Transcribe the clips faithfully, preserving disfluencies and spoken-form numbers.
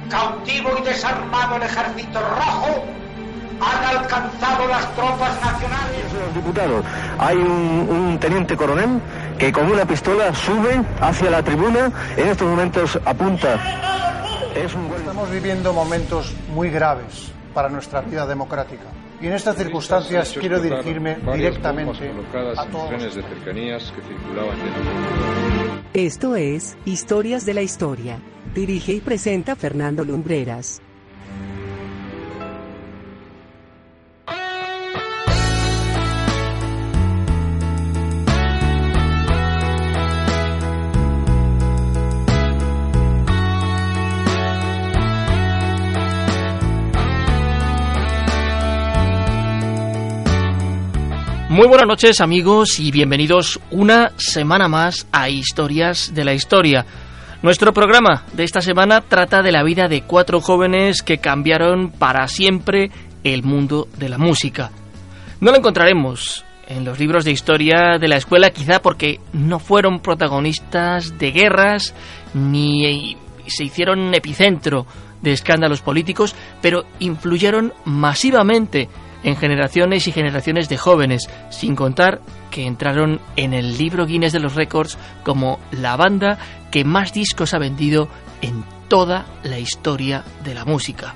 cautivo y desarmado el ejército rojo, han alcanzado las tropas nacionales. Señores diputados, hay un, un teniente coronel que con una pistola sube hacia la tribuna, en estos momentos apunta. Es un... Estamos viviendo momentos muy graves para nuestra vida democrática. Y en estas circunstancias quiero dirigirme directamente a todos. Trenes de cercanías que circulaban de... Esto es Historias de la Historia. Dirige y presenta Fernando Lumbreras. Muy buenas noches, amigos, y bienvenidos una semana más a Historias de la Historia. Nuestro programa de esta semana trata de la vida de cuatro jóvenes que cambiaron para siempre el mundo de la música. No lo encontraremos en los libros de historia de la escuela, quizá porque no fueron protagonistas de guerras ni se hicieron epicentro de escándalos políticos, pero influyeron masivamente en generaciones y generaciones de jóvenes, sin contar que entraron en el libro Guinness de los récords como la banda que más discos ha vendido en toda la historia de la música.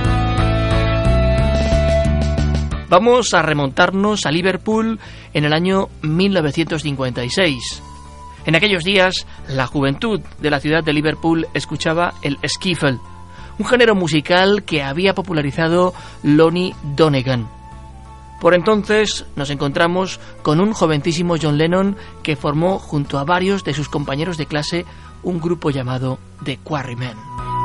Vamos a remontarnos a Liverpool en el año mil novecientos cincuenta y seis. En aquellos días, la juventud de la ciudad de Liverpool escuchaba el skiffle, un género musical que había popularizado Lonnie Donegan. Por entonces nos encontramos con un jovencísimo John Lennon que formó junto a varios de sus compañeros de clase un grupo llamado The Quarrymen.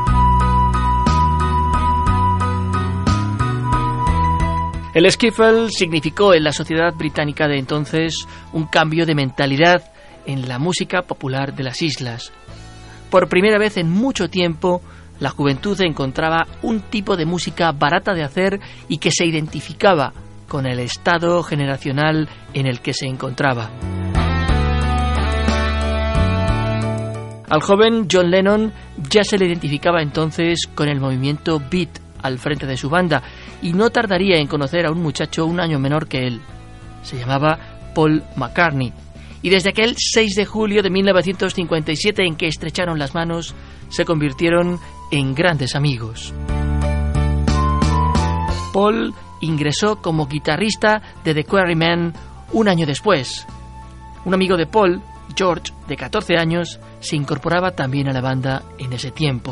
El skiffle significó en la sociedad británica de entonces un cambio de mentalidad en la música popular de las islas. Por primera vez en mucho tiempo, la juventud encontraba un tipo de música barata de hacer y que se identificaba con el estado generacional en el que se encontraba. Al joven John Lennon ya se le identificaba entonces con el movimiento beat al frente de su banda y no tardaría en conocer a un muchacho un año menor que él. Se llamaba Paul McCartney. Y desde aquel seis de julio de mil novecientos cincuenta y siete en que estrecharon las manos, se convirtieron en grandes amigos. Paul ingresó como guitarrista de The Quarrymen un año después. Un amigo de Paul, George, de catorce años, se incorporaba también a la banda en ese tiempo.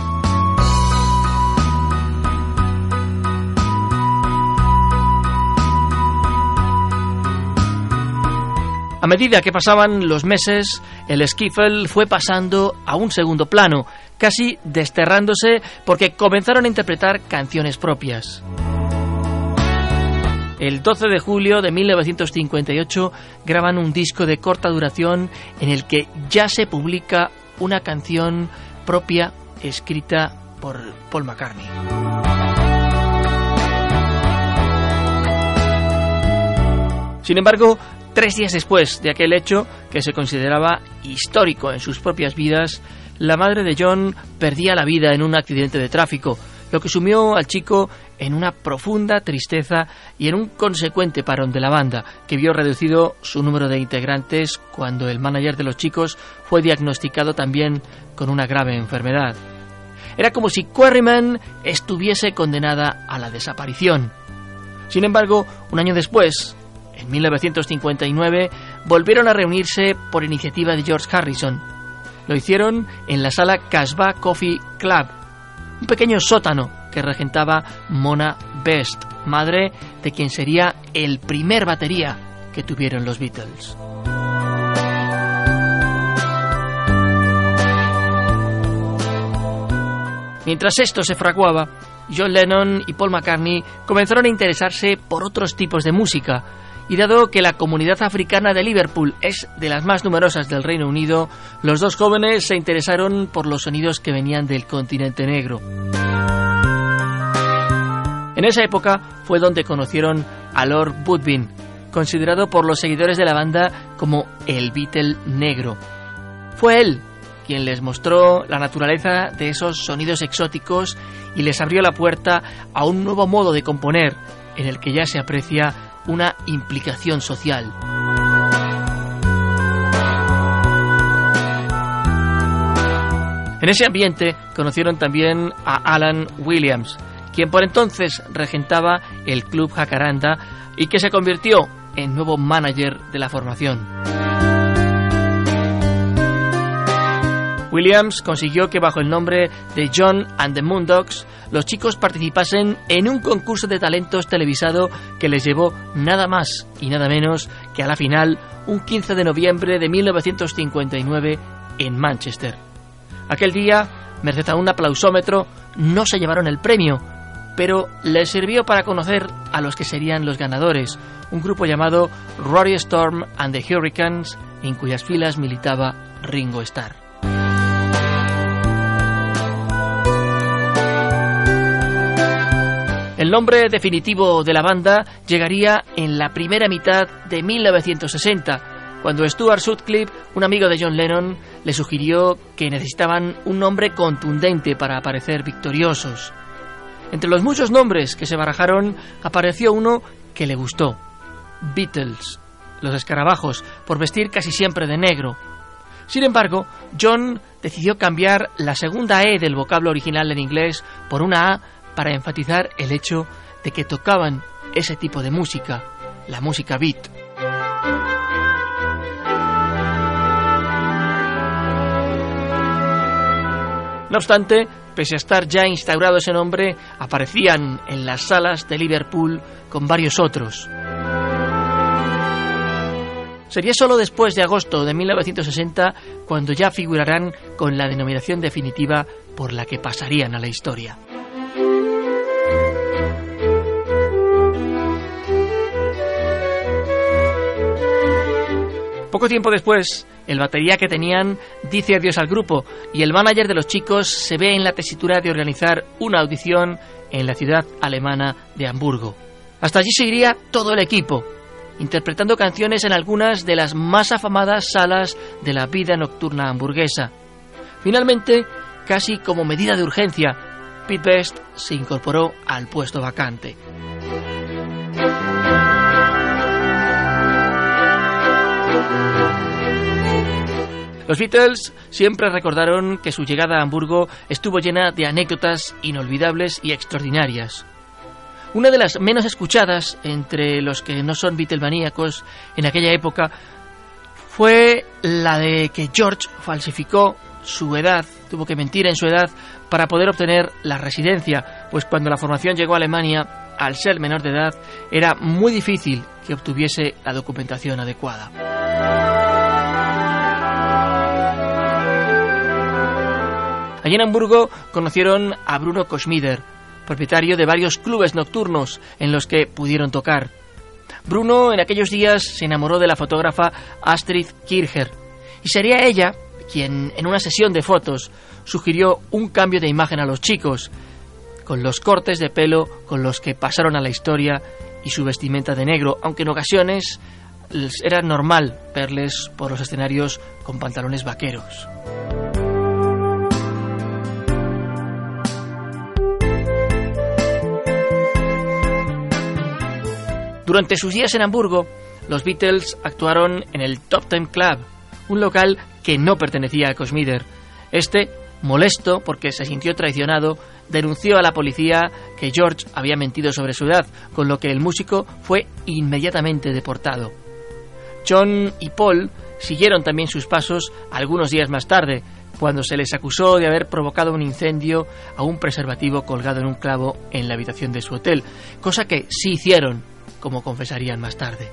A medida que pasaban los meses, el skiffle fue pasando a un segundo plano, casi desterrándose porque comenzaron a interpretar canciones propias. El doce de julio de mil novecientos cincuenta y ocho graban un disco de corta duración en el que ya se publica una canción propia escrita por Paul McCartney. Sin embargo, tres días después de aquel hecho, que se consideraba histórico en sus propias vidas, la madre de John perdía la vida en un accidente de tráfico, lo que sumió al chico en una profunda tristeza y en un consecuente parón de la banda, que vio reducido su número de integrantes cuando el manager de los chicos fue diagnosticado también con una grave enfermedad. Era como si Quarrymen estuviese condenada a la desaparición. Sin embargo, un año después, en mil novecientos cincuenta y nueve, volvieron a reunirse por iniciativa de George Harrison. Lo hicieron en la sala Casbah Coffee Club, un pequeño sótano que regentaba Mona Best, madre de quien sería el primer batería que tuvieron los Beatles. Mientras esto se fraguaba, John Lennon y Paul McCartney comenzaron a interesarse por otros tipos de música, y dado que la comunidad africana de Liverpool es de las más numerosas del Reino Unido, los dos jóvenes se interesaron por los sonidos que venían del continente negro. En esa época fue donde conocieron a Lord Woodbine, considerado por los seguidores de la banda como el Beatle negro. Fue él quien les mostró la naturaleza de esos sonidos exóticos y les abrió la puerta a un nuevo modo de componer en el que ya se aprecia una implicación social. En ese ambiente conocieron también a Alan Williams, quien por entonces regentaba el Club Jacaranda y que se convirtió en nuevo manager de la formación. Williams consiguió que bajo el nombre de John and the Moondogs los chicos participasen en un concurso de talentos televisado que les llevó nada más y nada menos que a la final un quince de noviembre de mil novecientos cincuenta y nueve en Manchester. Aquel día, merced a un aplausómetro, no se llevaron el premio, pero les sirvió para conocer a los que serían los ganadores, un grupo llamado Rory Storm and the Hurricanes, en cuyas filas militaba Ringo Starr. El nombre definitivo de la banda llegaría en la primera mitad de mil novecientos sesenta, cuando Stuart Sutcliffe, un amigo de John Lennon, le sugirió que necesitaban un nombre contundente para aparecer victoriosos. Entre los muchos nombres que se barajaron, apareció uno que le gustó: Beatles, los escarabajos, por vestir casi siempre de negro. Sin embargo, John decidió cambiar la segunda E del vocablo original en inglés por una A para enfatizar el hecho de que tocaban ese tipo de música, la música beat. No obstante, pese a estar ya instaurado ese nombre, aparecían en las salas de Liverpool con varios otros. Sería solo después de agosto de mil novecientos sesenta cuando ya figurarán con la denominación definitiva por la que pasarían a la historia. Poco tiempo después, el batería que tenían dice adiós al grupo y el manager de los chicos se ve en la tesitura de organizar una audición en la ciudad alemana de Hamburgo. Hasta allí se iría todo el equipo, interpretando canciones en algunas de las más afamadas salas de la vida nocturna hamburguesa. Finalmente, casi como medida de urgencia, Pete Best se incorporó al puesto vacante. Los Beatles siempre recordaron que su llegada a Hamburgo estuvo llena de anécdotas inolvidables y extraordinarias. Una de las menos escuchadas entre los que no son Beatlemaníacos en aquella época fue la de que George falsificó su edad, tuvo que mentir en su edad para poder obtener la residencia, pues cuando la formación llegó a Alemania, al ser menor de edad, era muy difícil que obtuviese la documentación adecuada. Allí en Hamburgo conocieron a Bruno Koschmider, propietario de varios clubes nocturnos en los que pudieron tocar. Bruno en aquellos días se enamoró de la fotógrafa Astrid Kircher y sería ella quien en una sesión de fotos sugirió un cambio de imagen a los chicos, con los cortes de pelo con los que pasaron a la historia y su vestimenta de negro, aunque en ocasiones era normal verles por los escenarios con pantalones vaqueros. Durante sus días en Hamburgo, los Beatles actuaron en el Top Ten Club, un local que no pertenecía a Koschmider. Este, molesto porque se sintió traicionado, denunció a la policía que George había mentido sobre su edad, con lo que el músico fue inmediatamente deportado. John y Paul siguieron también sus pasos algunos días más tarde, cuando se les acusó de haber provocado un incendio a un preservativo colgado en un clavo en la habitación de su hotel, cosa que sí hicieron, como confesarían más tarde.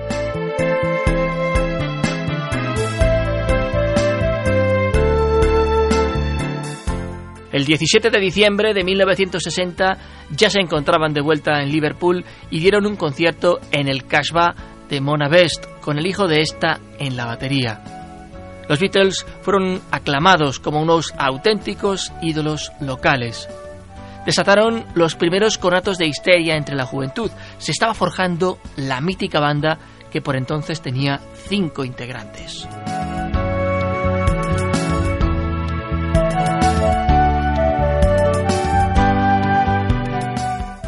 El diecisiete de diciembre de mil novecientos sesenta ya se encontraban de vuelta en Liverpool y dieron un concierto en el Casbah de Mona Best, con el hijo de esta en la batería. Los Beatles fueron aclamados como unos auténticos ídolos locales. Desataron los primeros conatos de histeria entre la juventud. Se estaba forjando la mítica banda que por entonces tenía cinco integrantes.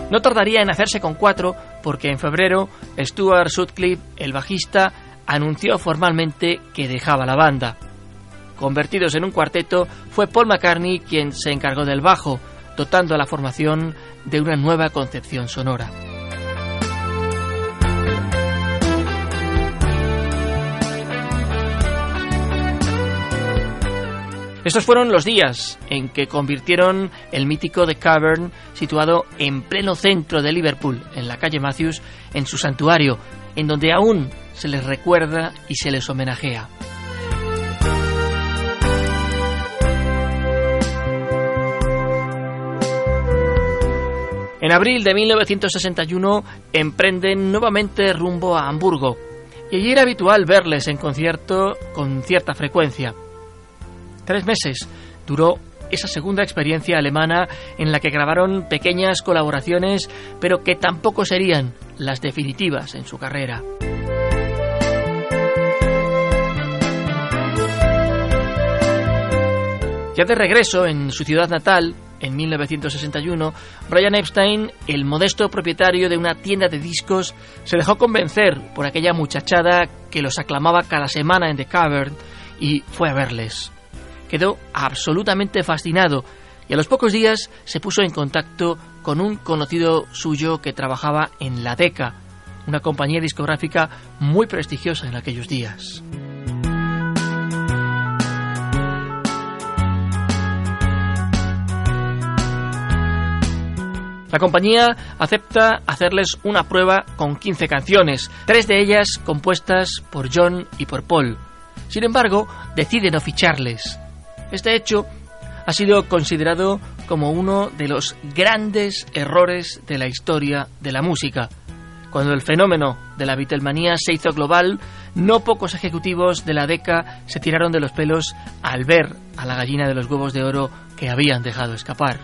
No tardaría en hacerse con cuatro, porque en febrero Stuart Sutcliffe, el bajista, anunció formalmente que dejaba la banda. Convertidos en un cuarteto, fue Paul McCartney quien se encargó del bajo, dotando a la formación de una nueva concepción sonora. Estos fueron los días en que convirtieron el mítico The Cavern, situado en pleno centro de Liverpool, en la calle Matthews, en su santuario, en donde aún se les recuerda y se les homenajea. En abril de mil novecientos sesenta y uno emprenden nuevamente rumbo a Hamburgo, y allí era habitual verles en concierto con cierta frecuencia. Tres meses duró esa segunda experiencia alemana en la que grabaron pequeñas colaboraciones, pero que tampoco serían las definitivas en su carrera. Ya de regreso en su ciudad natal, en mil novecientos sesenta y uno, Brian Epstein, el modesto propietario de una tienda de discos, se dejó convencer por aquella muchachada que los aclamaba cada semana en The Cavern y fue a verles. Quedó absolutamente fascinado y a los pocos días se puso en contacto con un conocido suyo que trabajaba en la Decca, una compañía discográfica muy prestigiosa en aquellos días. La compañía acepta hacerles una prueba con quince canciones, tres de ellas compuestas por John y por Paul. Sin embargo, decide no ficharles. Este hecho ha sido considerado como uno de los grandes errores de la historia de la música. Cuando el fenómeno de la Beatlemanía se hizo global, no pocos ejecutivos de la Decca se tiraron de los pelos al ver a la gallina de los huevos de oro que habían dejado escapar.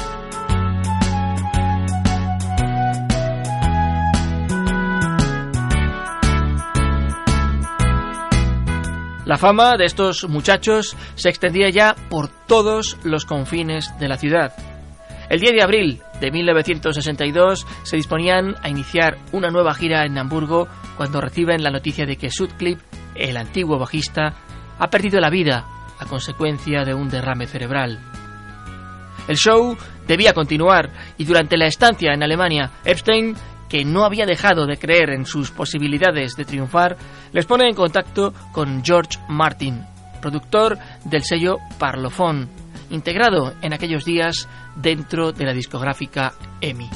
La fama de estos muchachos se extendía ya por todos los confines de la ciudad. El diez de abril de mil novecientos sesenta y dos se disponían a iniciar una nueva gira en Hamburgo cuando reciben la noticia de que Sutcliffe, el antiguo bajista, ha perdido la vida a consecuencia de un derrame cerebral. El show debía continuar y durante la estancia en Alemania, Epstein, que no había dejado de creer en sus posibilidades de triunfar, les pone en contacto con George Martin, productor del sello Parlophone, integrado en aquellos días dentro de la discográfica E M I.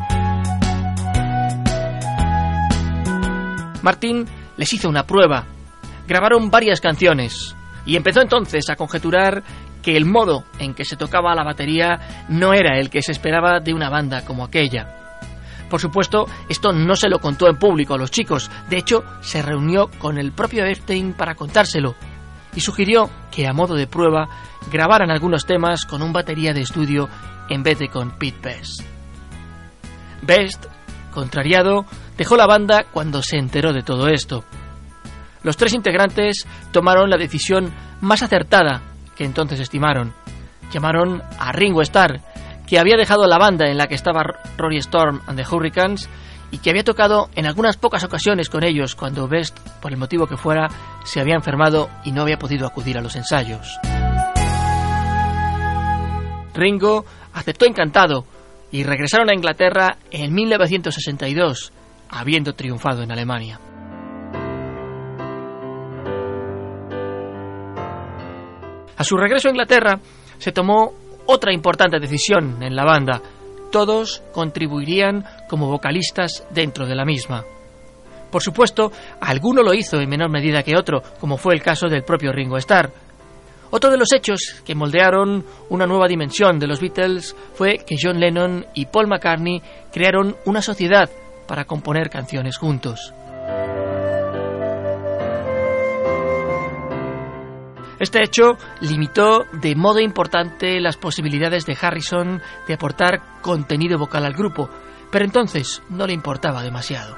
Martin les hizo una prueba, grabaron varias canciones y empezó entonces a conjeturar que el modo en que se tocaba la batería no era el que se esperaba de una banda como aquella. Por supuesto, esto no se lo contó en público a los chicos. De hecho, se reunió con el propio Epstein para contárselo y sugirió que, a modo de prueba, grabaran algunos temas con un batería de estudio en vez de con Pete Best. Best, contrariado, dejó la banda cuando se enteró de todo esto. Los tres integrantes tomaron la decisión más acertada que entonces estimaron. Llamaron a Ringo Starr, que había dejado la banda en la que estaba Rory Storm and the Hurricanes y que había tocado en algunas pocas ocasiones con ellos cuando Best, por el motivo que fuera, se había enfermado y no había podido acudir a los ensayos. Ringo aceptó encantado y regresaron a Inglaterra en mil novecientos sesenta y dos, habiendo triunfado en Alemania. A su regreso a Inglaterra se tomó otra importante decisión en la banda. Todos contribuirían como vocalistas dentro de la misma. Por supuesto, alguno lo hizo en menor medida que otro, como fue el caso del propio Ringo Starr. Otro de los hechos que moldearon una nueva dimensión de los Beatles fue que John Lennon y Paul McCartney crearon una sociedad para componer canciones juntos. Este hecho limitó de modo importante las posibilidades de Harrison de aportar contenido vocal al grupo, pero entonces no le importaba demasiado.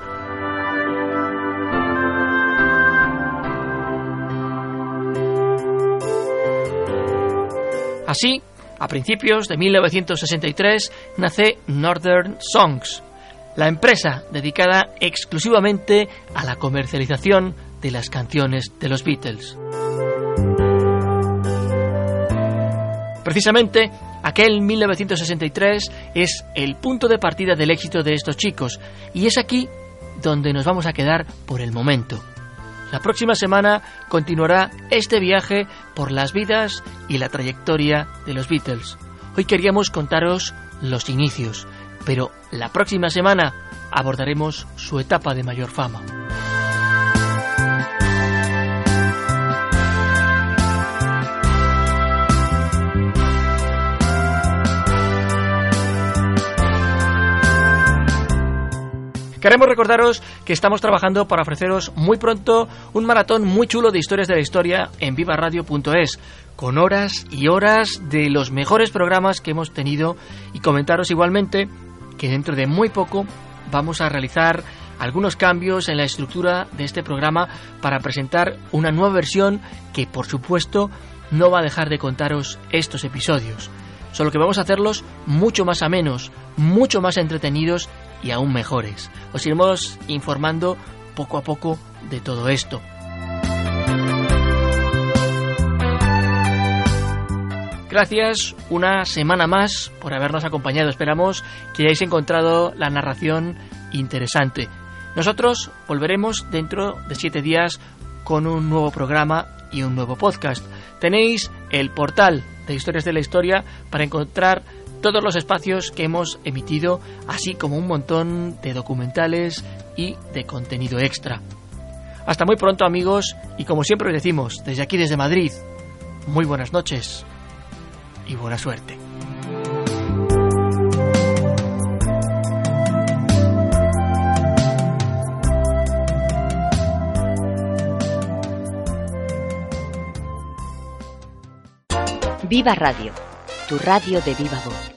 Así, A principios de mil novecientos sesenta y tres nace Northern Songs, la empresa dedicada exclusivamente a la comercialización de las canciones de los Beatles. Precisamente, aquel mil novecientos sesenta y tres es el punto de partida del éxito de estos chicos, y es aquí donde nos vamos a quedar por el momento. La próxima semana continuará este viaje por las vidas y la trayectoria de los Beatles. Hoy queríamos contaros los inicios, pero la próxima semana abordaremos su etapa de mayor fama. Queremos recordaros que estamos trabajando para ofreceros muy pronto un maratón muy chulo de historias de la historia en viva radio punto es, con horas y horas de los mejores programas que hemos tenido, y comentaros igualmente que dentro de muy poco vamos a realizar algunos cambios en la estructura de este programa para presentar una nueva versión que, por supuesto, no va a dejar de contaros estos episodios, solo que vamos a hacerlos mucho más amenos, mucho más entretenidos y aún mejores. Os iremos informando poco a poco de todo esto. Gracias una semana más por habernos acompañado. Esperamos que hayáis encontrado la narración interesante. Nosotros volveremos dentro de siete días con un nuevo programa y un nuevo podcast. Tenéis el portal de Historias de la Historia para encontrar todos los espacios que hemos emitido, así como un montón de documentales y de contenido extra. Hasta muy pronto, amigos, y como siempre os decimos, desde aquí, desde Madrid, muy buenas noches y buena suerte. Viva Radio, tu radio de viva voz.